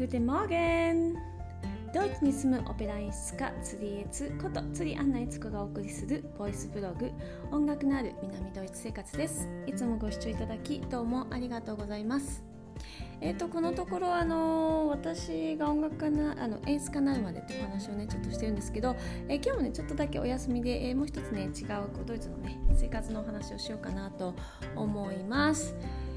Guten Morgen! ドイツに住むオペラ演出家釣りエツこと釣りアンナエツコがお送りするボイスブログ音楽のある南ドイツ生活です。いつもご視聴いただきどうもありがとうございます。このところ私が音楽家な演出家になるまでというお話をねちょっとしてるんですけど、今日もねちょっとだけお休みで、もう一つね違うドイツのね生活のお話をしようかなと思います。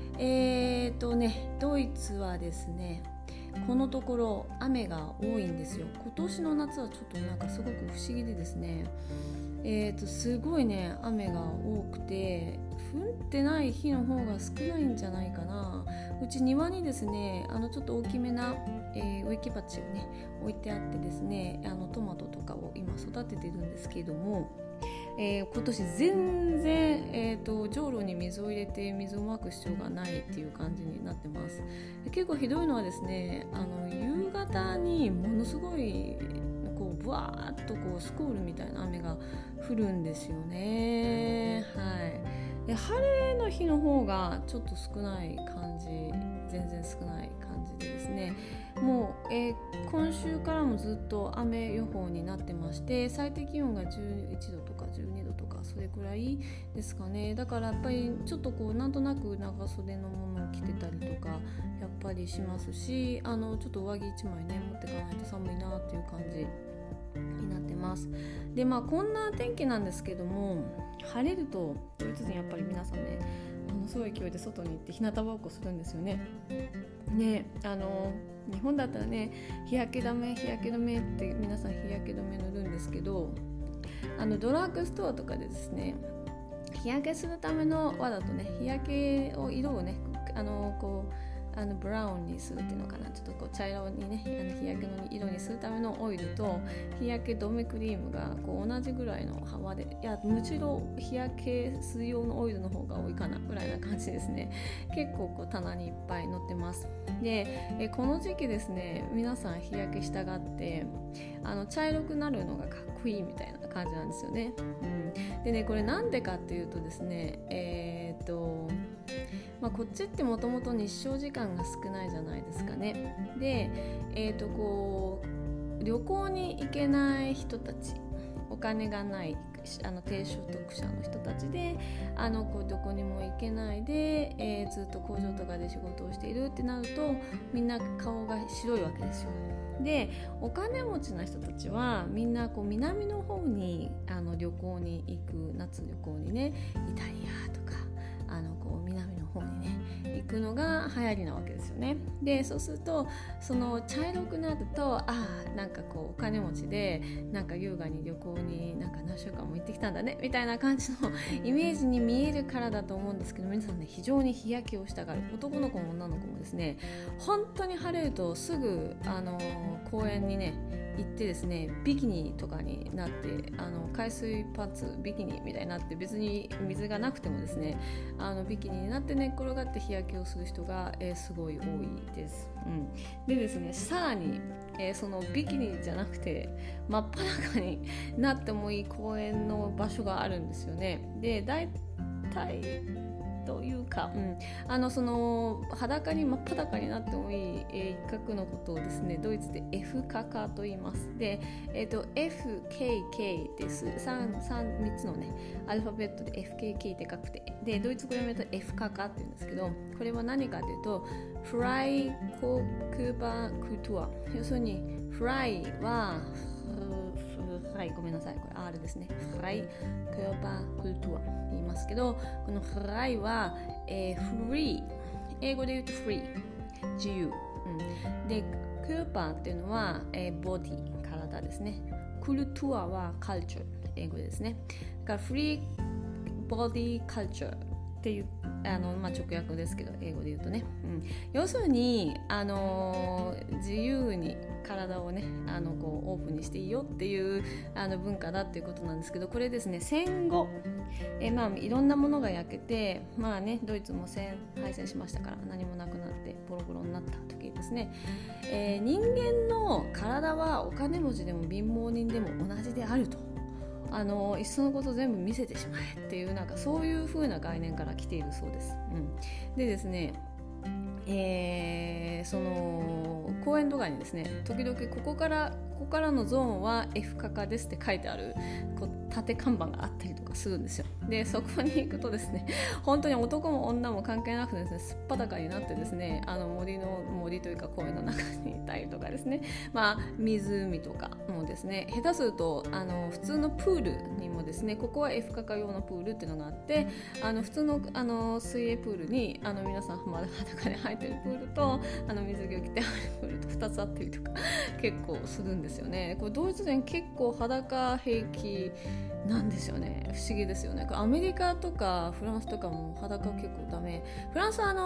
ドイツはですねこのところ雨が多いんですよ。今年の夏はちょっとなんかすごく不思議でですね、すごいね雨が多くて降ってない日の方が少ないんじゃないかな。うち庭にですねちょっと大きめな、植木鉢をね置いてあってですねトマトとかを今育ててるんですけれども、今年全然、じょうろに水を入れて水をまく必要がないっていう感じになってます。結構ひどいのはですね夕方にものすごいこうブワーッとこうスコールみたいな雨が降るんですよね。はい。で晴れの日の方がちょっと少ない感じ、全然少ない感じでですねもう、今週からもずっと雨予報になってまして、最低気温が11度とか12度とかそれくらいですかね。だからやっぱりちょっとこうなんとなく長袖のものを着てたりとかやっぱりしますし、ちょっと上着1枚ね持ってかないと寒いなっていう感じになってます。でこんな天気なんですけども、晴れるとドイツ人やっぱり皆さんねものすごい勢いで外に行って日向ぼっこするんですよね。ね日本だったらね日焼け止めって皆さん日焼け止め塗るんですけど、ドラッグストアとかでですね日焼けするためのわざとね日焼けを色をねブラウンにするっていうのかな、ちょっとこう茶色にね日焼けの色にするためのオイルと日焼け止めクリームがこう同じぐらいの幅で、いやむしろ日焼けする用のオイルの方が多いかなぐらいな感じですね。結構こう棚にいっぱい載ってます。でこの時期ですね皆さん日焼けしたがって茶色くなるのがかっこいいみたいな感じなんですよね。でねこれなんでかっていうとですねこっちってもともと日照時間が少ないじゃないですかね。で、こう旅行に行けない人たち、お金がない低所得者の人たちでどこにも行けないで、ずっと工場とかで仕事をしているってなるとみんな顔が白いわけですよ。でお金持ちな人たちはみんなこう南の方に旅行に行く、夏旅行にねイタリアとかこう南の方にね行くのが流行りなわけですよね。でそうするとその茶色くなるとなんかこうお金持ちでなんか優雅に旅行になんか何週間も行ってきたんだねみたいな感じのイメージに見えるからだと思うんですけど、皆さんね非常に日焼けをしたがる男の子も女の子もですね本当に晴れるとすぐ公園にね行ってですねビキニとかになって海水パンツビキニみたいになって、別に水がなくてもですねビキニになって寝っ転がって日焼けをする人が、すごい多いです。でですねさらに、そのビキニじゃなくて真っ裸になってもいい公園の場所があるんですよね。で大体というか、その裸に真っ裸になってもいい、一角のことをですねドイツで F カカと言います。で、FKK です。3つのねアルファベットで FKK って書くて、でドイツ語読めると F カカって言うんですけど、これは何かというとフライコクーバークルトゥア、要するにフライはごめんなさい、これ R ですね。フライクーバークルトゥア言いますけど、このフライは、フリー、英語で言うとフリー、自由、でクーバーっていうのは、ボディ、体ですね。クルトゥアはカルチャー、英語ですね。だからフリーボディカルチャーっていう直訳ですけど英語で言うとね、要するに自由に体をねこうオープンにしていいよっていう文化だっていうことなんですけど、これですね戦後、いろんなものが焼けてドイツも敗戦しましたから何もなくなってボロボロになった時ですね、人間の体はお金持ちでも貧乏人でも同じであると、いっそのこと全部見せてしまえっていうなんかそういう風な概念から来ているそうです。でですねその公園とかにですね、時々ここからのゾーンは F カカですって書いてあるこう縦看板があったりとかするんですよ。でそこに行くとですね、本当に男も女も関係なくですね、すっぱだかになってですね、森というか公園の中にいたりとかですね、湖とかもですね、下手すると普通のプールにもですね、ここは F カカ用のプールっていうのがあって、普通の水泳プールに皆さん裸で入ってるプールと水着を着て入るプールと2つあったりとか結構するんですよね。これドイツ人結構裸平気なんですよね。不思議ですよね。これアメリカとかフランスとかも裸結構ダメ。フランスは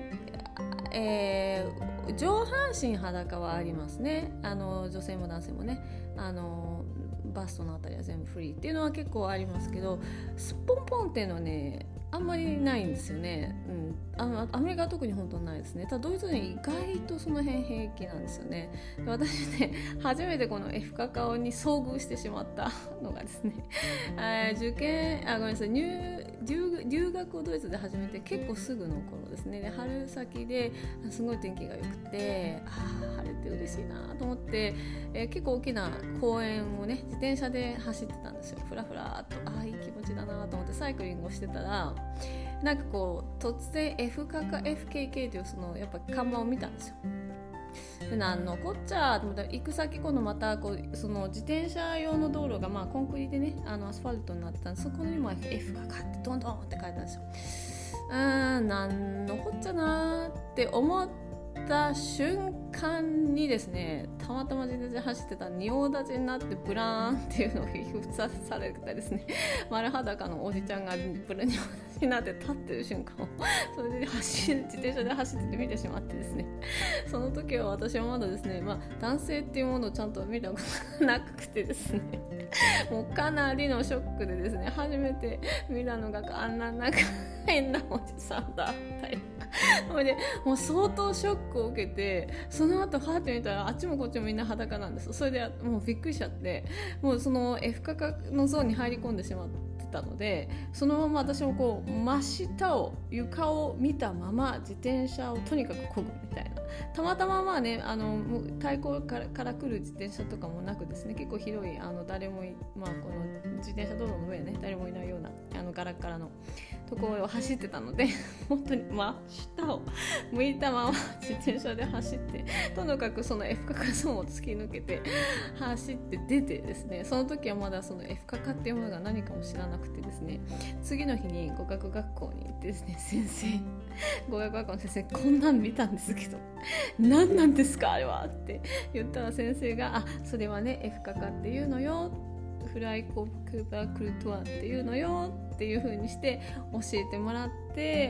上半身裸はありますね。女性も男性もね、バストのあたりは全部フリーっていうのは結構ありますけど、スッポンポンっていうのはねあんまりないんですよね。アメリカは特に本当にないですね。ただドイツ人意外とその辺平気なんですよね。私ね、初めてこの F カカオに遭遇してしまったのがですね、ごめんなさい、留学をドイツで始めて結構すぐの頃ですね。で春先ですごい天気が良くて、晴れて嬉しいなと思って、結構大きな公園をね自転車で走ってたんですよ。ふらふらっといい気持ちだなと思ってサイクリングをしてたら、なんかこう突然 F カカ FKK というそのやっぱ看板を見たんですよ。でなんのこっちゃと思ったら、行く先今度またその自転車用の道路がコンクリでねアスファルトになってたんで、そこにも F カカってドンドンって書いてあるんですよ。なんのこっちゃなって思った瞬間にですね、たまたま自転車走ってた仁王立ちになってブラーンっていうのを皮膚さされてですね、丸裸のおじちゃんが仁王立ちになって立ってる瞬間をそれで自転車で走ってて見てしまってですね、その時は私はまだですね、男性っていうものをちゃんと見たことがなくてですね、もうかなりのショックでですね、初めて見たのがあんななんか変なおじさんだったりでもう相当ショックを受けて、その後ファーって見たらあっちもこっちもみんな裸なんです。それでもうびっくりしちゃって、もうその F カカのゾーンに入り込んでしまってたので、そのまま私もこう真下を床を見たまま自転車をとにかく漕ぐみたいな。たまたま対向から来る自転車とかもなくですね、結構広い誰もこの自転車道路の上ね、誰もいないようなガラッガラのところを走ってたので、本当に真下を向いたまま自転車で走って、とにかくその F カカゾーンを突き抜けて走って出てですね、その時はまだその F カカっていうものが何かも知らなくてですね、次の日に語学学校に行ってですね、語学学校の先生こんなん見たんですけど何なんですかあれはって言ったら、先生がそれはね F カカっていうのよ、フライコーバークルトワっていうのよっていう風にして教えてもらって、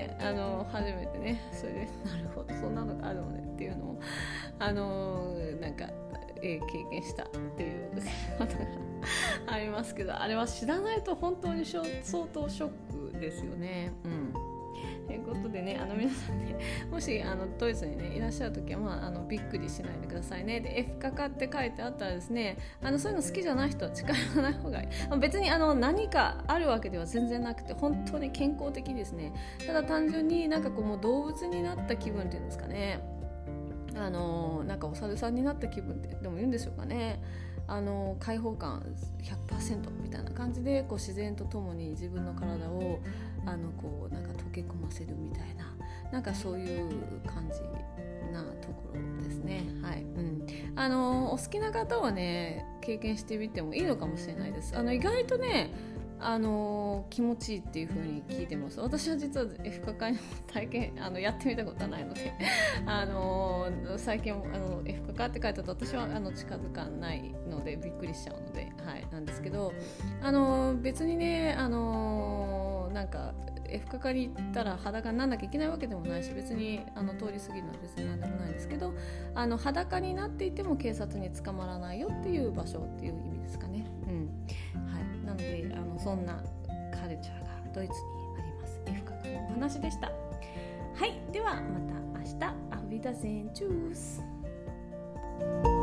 初めてね、それでなるほどそんなのがあるのねっていうのをなんか、経験したっていうことがありますけど、あれは知らないと本当に相当ショックですよね。ということでね、皆さんね、もしドイツにねいらっしゃるときは、びっくりしないでくださいね。で F カカって書いてあったらですね、そういうの好きじゃない人は近寄らない方がいい。別に何かあるわけでは全然なくて、本当に健康的ですね。ただ単純になんかこうもう動物になった気分っていうんですかね、なんかお猿さんになった気分ってでも言うんでしょうかね。開放感 100% みたいな感じでこう自然とともに自分の体をこうなんか溶け込ませるみたいな、なんかそういう感じなところですね。はい、お好きな方はね経験してみてもいいのかもしれないです。意外とね気持ちいいっていう風に聞いてます。私は実は F カカに体験やってみたことはないので最近F カカって書いてあると私は近づかないのでびっくりしちゃうので、なんですけど別にねなんかF カカに行ったら裸にならなきゃいけないわけでもないし、別に通り過ぎるのは別に何でもないんですけど、裸になっていても警察に捕まらないよっていう場所っていう意味ですかね。なのでそんなカルチャーがドイツにあります。F カカのお話でした。はい、ではまた明日。Auf Wiedersehen. Tschüss.